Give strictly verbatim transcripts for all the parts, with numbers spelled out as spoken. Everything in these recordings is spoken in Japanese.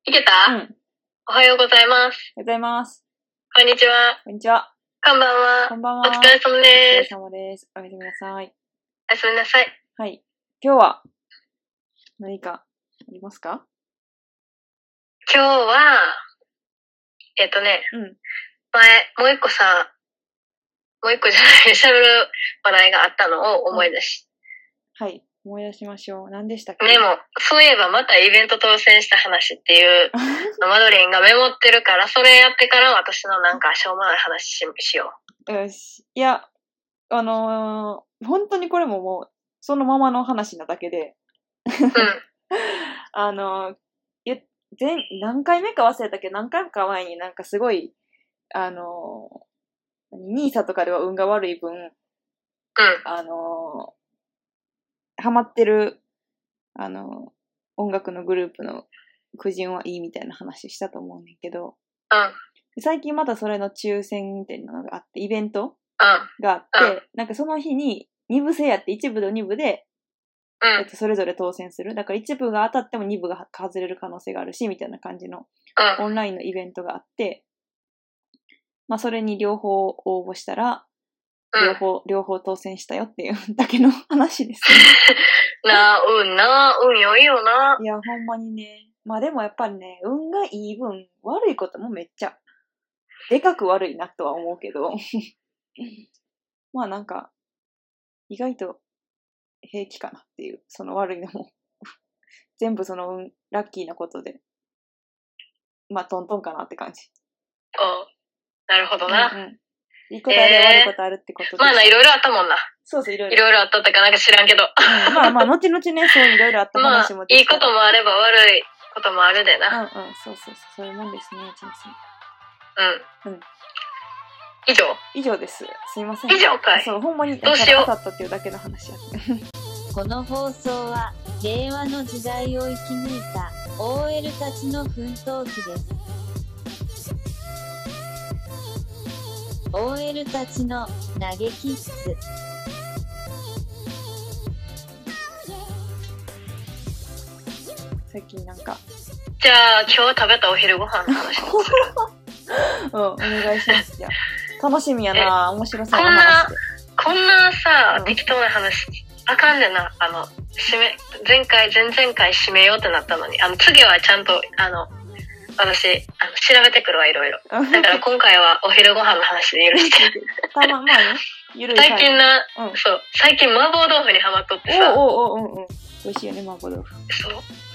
いけた？ うん。 おはようございます。 おはようございます。 こんにちは。 こんにちは。 こんばんは。 こんばんは。 お疲れ様です。 お疲れ様です。おやすみなさい。 おやすみなさい。 はい。今日は何かありますか？ 今日は、えっとね、 うん。 前、もう一個さ、もう一個じゃない、喋る話題があったのを思い出し。 はい。思い出しましょう。何でしたっけ？ でも、そういえばまたイベント当選した話っていう、マドリンがメモってるから、それやってから私のなんかしょうもない話 し, しよう。よし。いや、あのー、本当にこれももう、そのままの話なだけで。 うん。 あのー、前、何回目か忘れたけど、何回か前になんかすごい、あのー、ニーサとかでは運が悪い分、うん、あのー、ハマってる、あの、音楽のグループの苦人はいいみたいな話したと思うねんけど、 うん、 最近またそれの抽選みたいなのがあって、イベント、 うん、 があって、うん、なんかその日にに部制やって一部と二部で、 うん、 えっと、それぞれ当選する。だから一部が当たっても二部が外れる可能性があるし、みたいな感じのオンラインのイベントがあって、まあそれに両方応募したら、両方、うん、両方当選したよっていうだけの話ですね。 なあ、運な、運良いよな。 いや、ほんまにね。まあでもやっぱりね、運がいい分、悪いこともめっちゃ、でかく悪いなとは思うけど。まあなんか、意外と平気かなっていう、その悪いのも。全部その運、ラッキーなことで。まあトントンかなって感じ。 うん。なるほどな。 うんうん。いいことある、えー、悪いことあるってことで。 まあな、いろいろあったもんな。 そうそう、いろいろ。 いろいろあったってかなんか知らんけど。 うん、まあまあ、後々ね、そういろいろあった話もできた。まあ、いいこともあれば悪いこともあるでな。 うんうん、そうそうそう、そういうもんですね、人生。うん。うん。以上以上です。すいません。 以上かい。 そう、ほんまに、 どうしよう。 当たったっていうだけの話やって。 この放送は、令和の時代を生き抜いた オーエル たちの奮闘記です。オーエル たちの投げキッス。 最近なんか。 じゃあ、今日食べたお昼ご飯の話をする。 うん、お願いします。じゃあ楽しみやな、面白そうな話で。こんな、こんなさ、うん、適当な話、あかんでな、あの、締め、前回、前々回締めようってなったのに、あの、次はちゃんと、あの、私、あの、調べてくるわ、いろいろ。だから今回はお昼ご飯の話で許して。 たま、まあね、ゆるい最近な、うん、そう、最近麻婆豆腐にハマっとってさ。 おおおうんうん。美味しいよね、麻婆豆腐。 そう。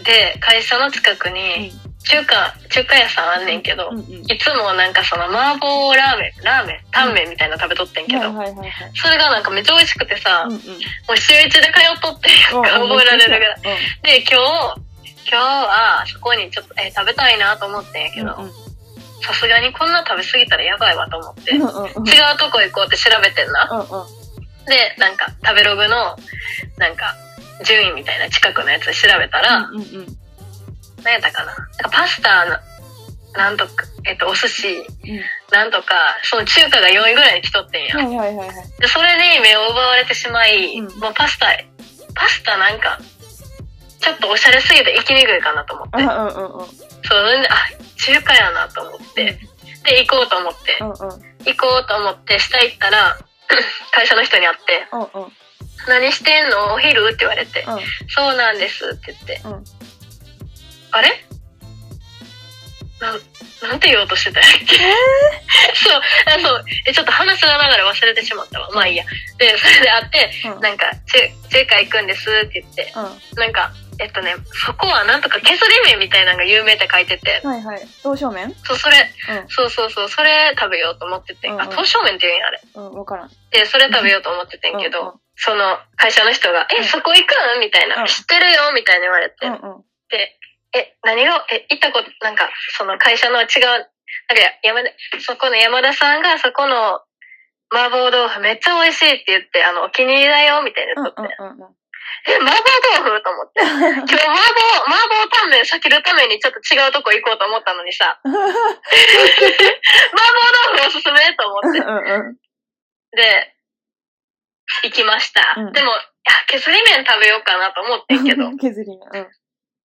で、会社の近くに、中華、中華屋さんあんねんけど、うんうん、いつもなんかその麻婆ラーメン、ラーメン、タンメンみたいなの食べとってんけど、うんはいはいはいはい、それがなんかめっちゃ美味しくてさ、うんうん、もう週一で通っとって覚えられるぐらい。で、今日、今日はそこにちょっと、えー、食べたいなと思ってんやけど、さすがにこんな食べ過ぎたらやばいわと思って、うんうんうん、違うとこ行こうって調べてんな。うんうん、で、なんか食べログの、なんか順位みたいな近くのやつ調べたら、うんうんうん、何やったかな、なんかパスタの、なんとか、えっと、お寿司、うん、なんとか、その中華がよんいぐらいに来とってんや。はいはいはいはい、で、それに目を奪われてしまい、うん、もうパスタ、パスタなんか、ちょっとおしゃれすぎて行きにくいかなと思って。うんうんうん、そう、あ、中華やなと思って。うん、で、行こうと思って、うんうん。行こうと思って、下行ったら、会社の人に会って、うんうん、何してんのお昼って言われて、うん、そうなんですって言って、うん、あれな、なんて言おうとしてたんやっけ、えー、そう、あ、そう、え、ちょっと話の流れ忘れてしまったわ。まあいいや。で、それで会って、うん、なんか、中華行くんですって言って、うん、なんか、えっとね、そこはなんとか削り麺みたいなのが有名って書いてて。 はいはい。刀削麺？ そう、それ、うん、そうそうそう、それ食べようと思ってて。うんうん、あ、刀削麺って言うんや、あれ。 うん、わからん。 で、それ食べようと思っててんけど、うんうん、その会社の人が、え、そこ行くんみたいな、うん。知ってるよみたいに言われて。うんうん、で、え、何が、え、行ったこと、なんか、その会社の違う、なんか山田、そこの山田さんがそこの麻婆豆腐めっちゃ美味しいって言って、あの、お気に入りだよみたいな言っとって。うんうんうんうん、え、麻婆豆腐と思って。今日麻婆、麻婆タンメン避けるためにちょっと違うとこ行こうと思ったのにさ。麻婆豆腐おすすめと思って。うんうん、で、行きました。うん、でも、削り麺食べようかなと思ってんけど。 削り麺。うん。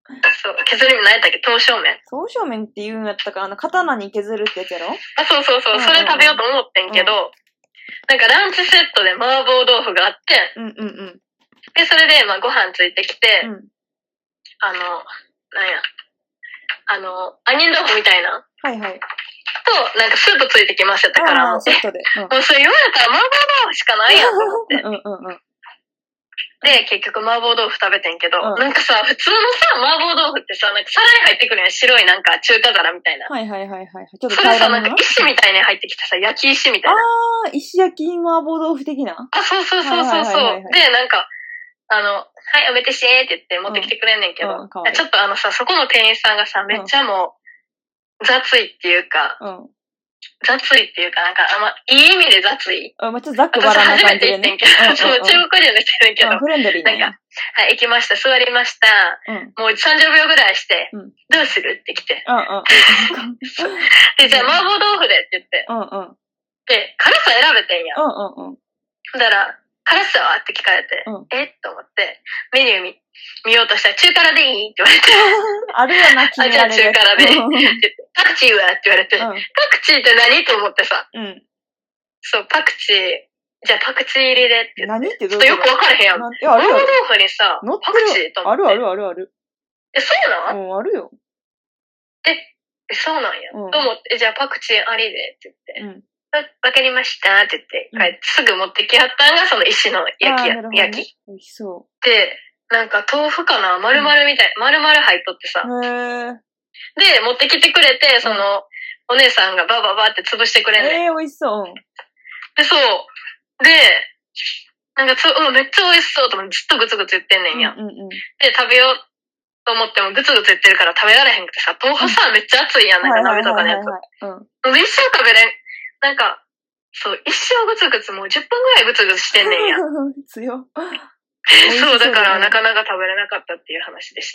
そう、削り目何やったっけ？刀削麺。 刀削麺って言うんやったか、あの、刀に削るってやつやろ？ あ、そうそうそう、うんうんうん、それ食べようと思ってんけど、うん、なんかランチセットで麻婆豆腐があって、 うんうんうん。 で、それで、まあ、ご飯ついてきて、 うん、 あの、なんや、あの、杏仁豆腐みたいな。 はいはい。 と、なんかスープついてきましたから、 もう。セットで。 うん、もうそれ言われたら麻婆豆腐しかないやんと思って。 うんうんうん。 で、結局麻婆豆腐食べてんけど、うん、なんかさ、普通のさ、麻婆豆腐ってさ、なんか皿に入ってくるやん、白いなんか中華皿みたいな。 はいはいはいはい。 ちょっとそれさ、なんか石みたいに入ってきてさ、焼き石みたいな。 あー、石焼き麻婆豆腐的な？ あ、そうそうそうそうそう。で、なんか、あの、はい、おめてしーって言って持ってきてくれんねんけど、うんうん、ちょっとあのさ、そこの店員さんがさ、めっちゃもう、雑いっていうか、うん、雑いっていうか、なんか、あんま、いい意味で雑い。 あ、まあ、ちょっとざっくばらんな感じでね。 私初めて行ってんけど、うんうんうん、そう、中国人でしてんけど、 うん、フレンドリーね。 なんか、はい、行きました、座りました、うん、もうさんじゅうびょうぐらいして、うん、どうするって来て。うんうん、で、じゃあ麻婆豆腐でって言って、うんうん、で、辛さ選べてんや。うんうんうん、だから、辛さはって聞かれて、うん、えっと思って、メニュー見、見ようとしたら、中辛でいいって言われて。 あるよな、決められる。 あ、じゃあ中辛で。って言って、パクチーはって言われて、うん、パクチーって何と思ってさ、うん、そう、パクチー、じゃあパクチー入りでって言って。何ってどういうこと？ちょっとよくわからへんやん。麻婆豆腐にさ、パクチーと思って。 あるあるあるある。 え、そうなん？ うん、あるよ。 え、え、そうなんや。うん、と思って、じゃあパクチーありでって言って。うん、わかりましたって言って、帰ってすぐ持ってきはったのがその石の焼きや、ね、焼き。 美味しそう。 で、なんか豆腐かな？丸々みたい、うん、丸々入っとってさ。へー。で、持ってきてくれて、その、お姉さんがバババって潰してくれんねん。 えー、美味しそう。 で、そう。で、なんかつ、うん、めっちゃ美味しそうと思ってずっとグツグツ言ってんねんや。うんうんうん、で、食べようと思ってもグツグツ言ってるから食べられへんくてさ、豆腐さ、うん、めっちゃ熱いやん、なんか鍋とかのやつ。うん。一生食べれん。なんか、そう、一生グツグツもうじゅっぷんぐらいグツグツしてんねんや。 強。 そう、だからなかなか食べれなかったっていう話でした。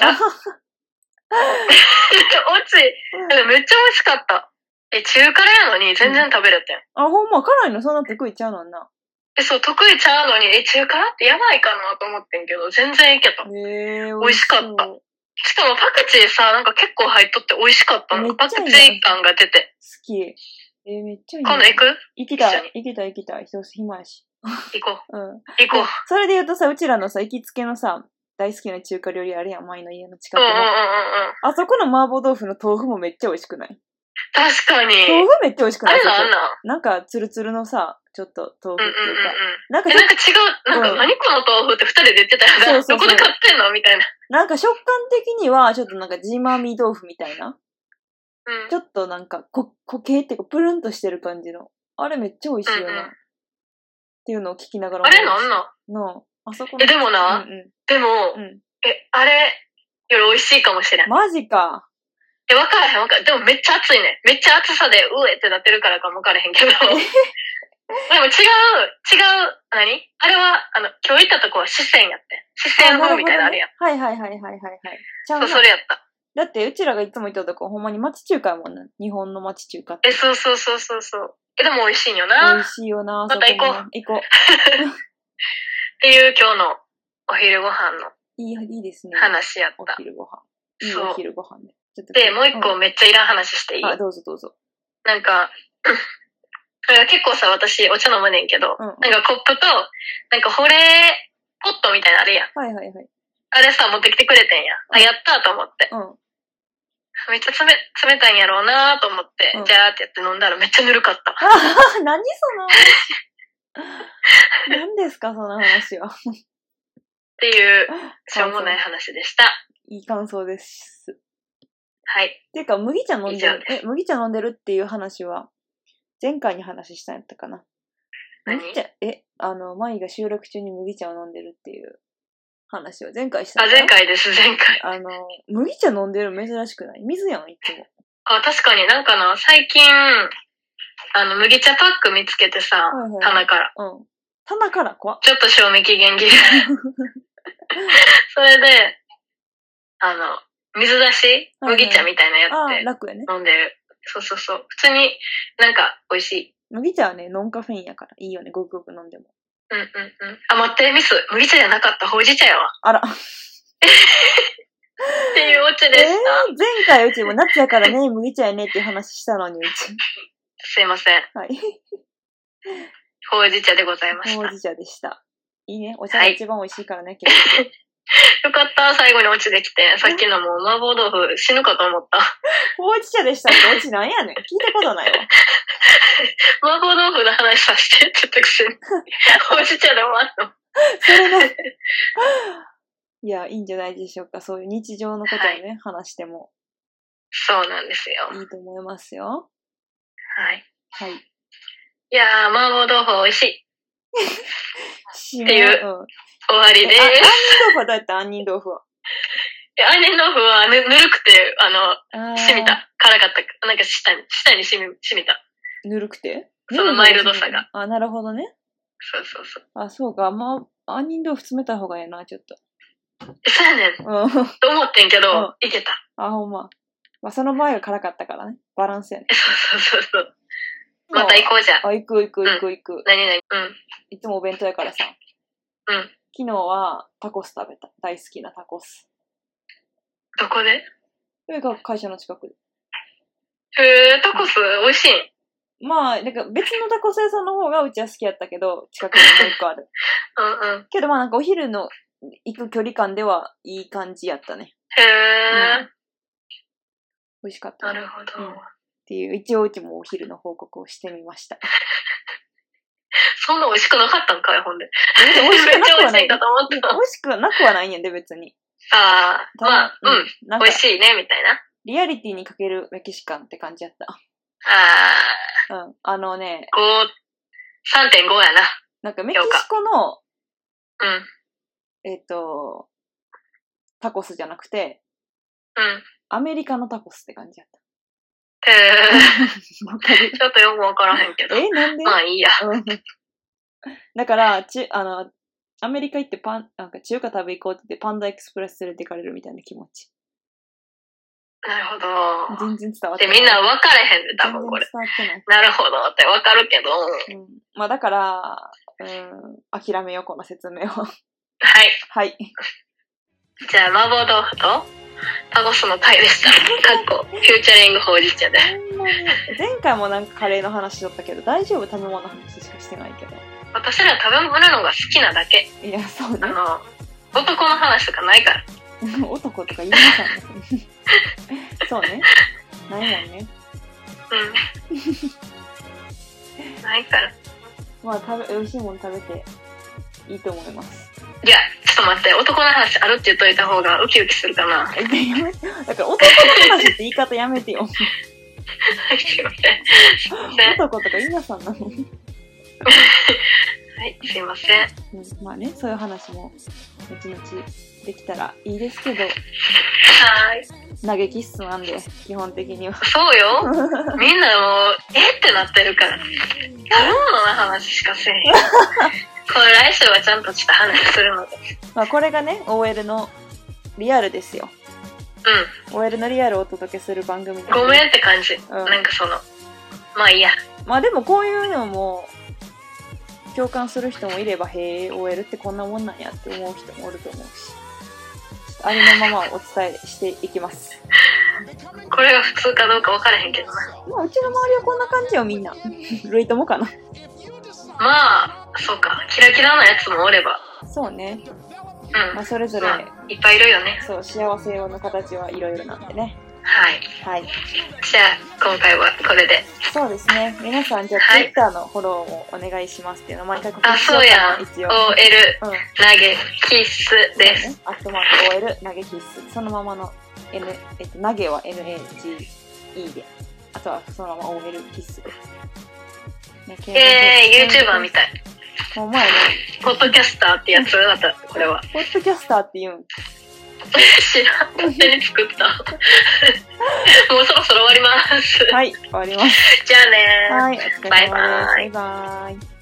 おつい。めっちゃ美味しかった。え、中辛やのに全然食べれてん。 あ、ほんま、辛いのそんな得意ちゃうのな。 え、そう、得意ちゃうのに、え、中辛ってやばいかなと思ってんけど、全然いけた。へー、美味しかった。しかもパクチーさ、なんか結構入っとって美味しかったの。パクチー感が出て。 好き。えー、めっちゃいい。 今度行く？ 行きたい。行きたい行きたい。一つ暇やし。 行こう。うん。行こう。 それで言うとさ、うちらのさ、行きつけのさ、大好きな中華料理あるやん、前の家の近くの。うんうんうんうん。あそこの麻婆豆腐の豆腐もめっちゃ美味しくない？ 確かに。 豆腐めっちゃ美味しくない？ あれなんなん？ なんかツルツルのさ、ちょっと豆腐っていうか。うんうんうん、 なんか、なんか違う、なんか、うん、何この豆腐って二人で言ってたら、そうそうそう、どこで買ってんのみたいな。 なんか食感的には、ちょっとなんかジーマミ豆腐みたいな。うん。ちょっとなんか、こ、固形っていうか、プルンとしてる感じの。あれめっちゃ美味しいよな。うんうん、っていうのを聞きながら。 あれなんなんの、あそこの。 え、でもな、うんうん、でも、うん、え、あれより美味しいかもしれん。 マジか。 え、わからへんわからへん。でもめっちゃ熱いね。めっちゃ熱さで、うえってなってるからかもわからへんけど。でも違う、違う、何あれは、あの、今日行ったとこは四川やって。四川風みたいなのあるやん。 はいはいはいはいはいはい。 そう、それやった。 だって、うちらがいつも行ったとこ、ほんまに町中華やもんな。日本の町中華って。 え、そうそうそうそうそう。え、でも美味しいんよな。 美味しいよな。 また行こう。 行こう。 っていう今日のお昼ご飯の。 いい、いいですね。 話やった。 お昼ご飯。いいお昼ご飯ね。 で、もう一個めっちゃいらん話していい？ あ、どうぞどうぞ。 なんか、結構さ、私お茶飲むねんけど、うんうん、なんかコップと、なんか保冷ポットみたいなのあるやん。 はいはいはい。 あれさ、持ってきてくれてんや。うん、あ、やったと思って。うん。めっちゃ冷、冷たいんやろうなと思って、うん、じゃーってやって飲んだらめっちゃぬるかった。 ああ、何その話。何ですか、その話は。 っていう、しょうもない話でした。 いい感想です。 はい。 っていうか、麦茶飲んでる、え、麦茶飲んでるっていう話は、前回に話したんやったかな。麦茶、え、あの、マイが収録中に麦茶を飲んでるっていう話を前回したんあ、前回です、前回。 あの、麦茶飲んでる珍しくない？水やん、いつも。 あ、確かになんかな、最近、あの、麦茶パック見つけてさ、はいはい、棚から。 うん。棚から怖っ。 ちょっと賞味期限切れ。それで、あの、水出し、麦茶みたいなやつで楽やね。飲んでる。そうそうそう。普通になんか美味しい。 麦茶はね、ノンカフェインやからいいよね、ごくごく飲んでも。 うんうんうん。あ、待って、ミス。麦茶じゃなかった。ほうじ茶やわ。 あら。 っていうオチでした。えー、前回うちも夏やからね、麦茶やねっていう話したのにうち。 すいません。 はい。 ほうじ茶でございました。 ほうじ茶でした。いいね。お茶が一番美味しいからね、結局。よかった、最後にオチできて。さっきのもう麻婆豆腐死ぬかと思った。 ほうじ茶でしたってオチなんやねん。聞いたことないわ。 麻婆豆腐の話させてって言ったくせに。ほうじ茶で終わんの。 それね。いや、いいんじゃないでしょうか。そういう日常のことをね、はい、話しても。 そうなんですよ。 いいと思いますよ。 はい。 はい。 いやー、麻婆豆腐美味しい。っていう、うん、終わりです。 杏仁豆腐はどうやった杏仁豆腐は。 杏仁豆腐はぬ、ぬるくて、あの、染みた。辛かった。なんか下に、下に染み、染みた。 ぬるくてそのマイルドさが。 あ、なるほどね。 そうそうそう。 あ、そうか。まあ、杏仁豆腐冷たい方がいいな、ちょっと。 そうやねん。うん。と思ってんけど、うん、いけた。 あ、ほんま。まあ、その場合は辛かったからね。バランスやね。 そうそうそう。また行こうじゃん。 あ、行く行く行く行く。うん、 何々うん。 いつもお弁当やからさ。 うん。 昨日はタコス食べた。大好きなタコス。 どこで？ それが会社の近くで。 へー、タコス美味しい？ まあ、なんか別のタコス屋さんの方がうちは好きやったけど、近くにもう一個ある。 うんうん。 けどまあなんかお昼の行く距離感ではいい感じやったね。 へー。うん、 美味しかった、 ね。なるほど、うん。 っていう、一応うちもお昼の報告をしてみました。 そんな美味しくなかったんかい、ほんで。 美味しくなくはない。 めっちゃ美味しいかと思った。 美味しくなくはないんやで、別に。 ああ、まあ、うん。美味しいね、みたいな。 リアリティにかけるメキシカンって感じやった。 ああ。うん。あのね。 ご、さんてんご やな。 なんかメキシコの、 うん。 えっと、タコスじゃなくて、 うん。 アメリカのタコスって感じやった。 へー。ちょっとよくわからへんけど。 え、なんで？ まあいいや。 だから、ち、あの、アメリカ行ってパン、なんか中華食べ行こうって言ってパンダエクスプレス連れてかれるみたいな気持ち。 なるほど。 全然伝わってない。で、みんな分かれへんで、多分これ。 伝わってない。 なるほどって分かるけど。 うん。まあだから、うん、諦めよう、この説明を。はい。はい。 じゃあ、麻婆豆腐とタコスの回でした。かっこ、フューチャリングほうじ茶で。 前回もなんかカレーの話だったけど、大丈夫？食べ物の話しかしてないけど。 私ら食べ物のが好きなだけ。 いや、そうね。 あの、男の話とかないから。 男とか言いなさいね。そうね。ないもんね。 うん。ないから。 まあ、食べ、美味しいもの食べていいと思います。 いや、ちょっと待って、男の話あるって言っといた方がウキウキするかな。 だから男の話って言い方やめてよ。 はい、すいません。すいません。 男とか言いなさんなの。はい、 すいません。 うん、まあね、そういう話も後々できたらいいですけど。 はい。 投げキッスなんで、基本的には。 そうよ。みんなもう、えってなってるから。食べ物の話しかせえへん。これ来週はちゃんとした話するので。 まあこれがね、オーエル のリアルですよ。うん。オーエル のリアルをお届けする番組で、ね。 ごめんって感じ。うん、なんかその、まあいいや。 まあでもこういうのも、共感する人もいれば、へえ、オーエル ってこんなもんなんやって思う人もおると思うし。ありのままお伝えしていきます。 これが普通かどうか分からへんけどな。 まあうちの周りはこんな感じよ、みんな。ルイともかな。 まあ、そうか。キラキラなやつもおれば。 そうね。 うん。 まあそれぞれ、まあ、 いっぱいいるよね。 そう、幸せの形はいろいろなんでね。 はい。 はい。 じゃあ、今回はこれで。 そうですね。皆さん、じゃあ、はい、Twitter のフォローもお願いしますっていうのを毎回告知しようかな。 あ、そうやん。オーエル、うん、投げキッスです。 ね、アットマーク オーエル 投げキッス。そのままの N、えっと、投げは エヌエージーイー で。あとはそのまま オーエル キッスです。 ね、えー、YouTuber みたい。 もう前ね。 ポッドキャスターってやつだった、これは。 ポッドキャスターって言うん知らん。勝手に作った。もうそろそろ終わります。 はい、終わります。 じゃあねー。 はい、お疲れ様です。バイバーイ。バイバーイ。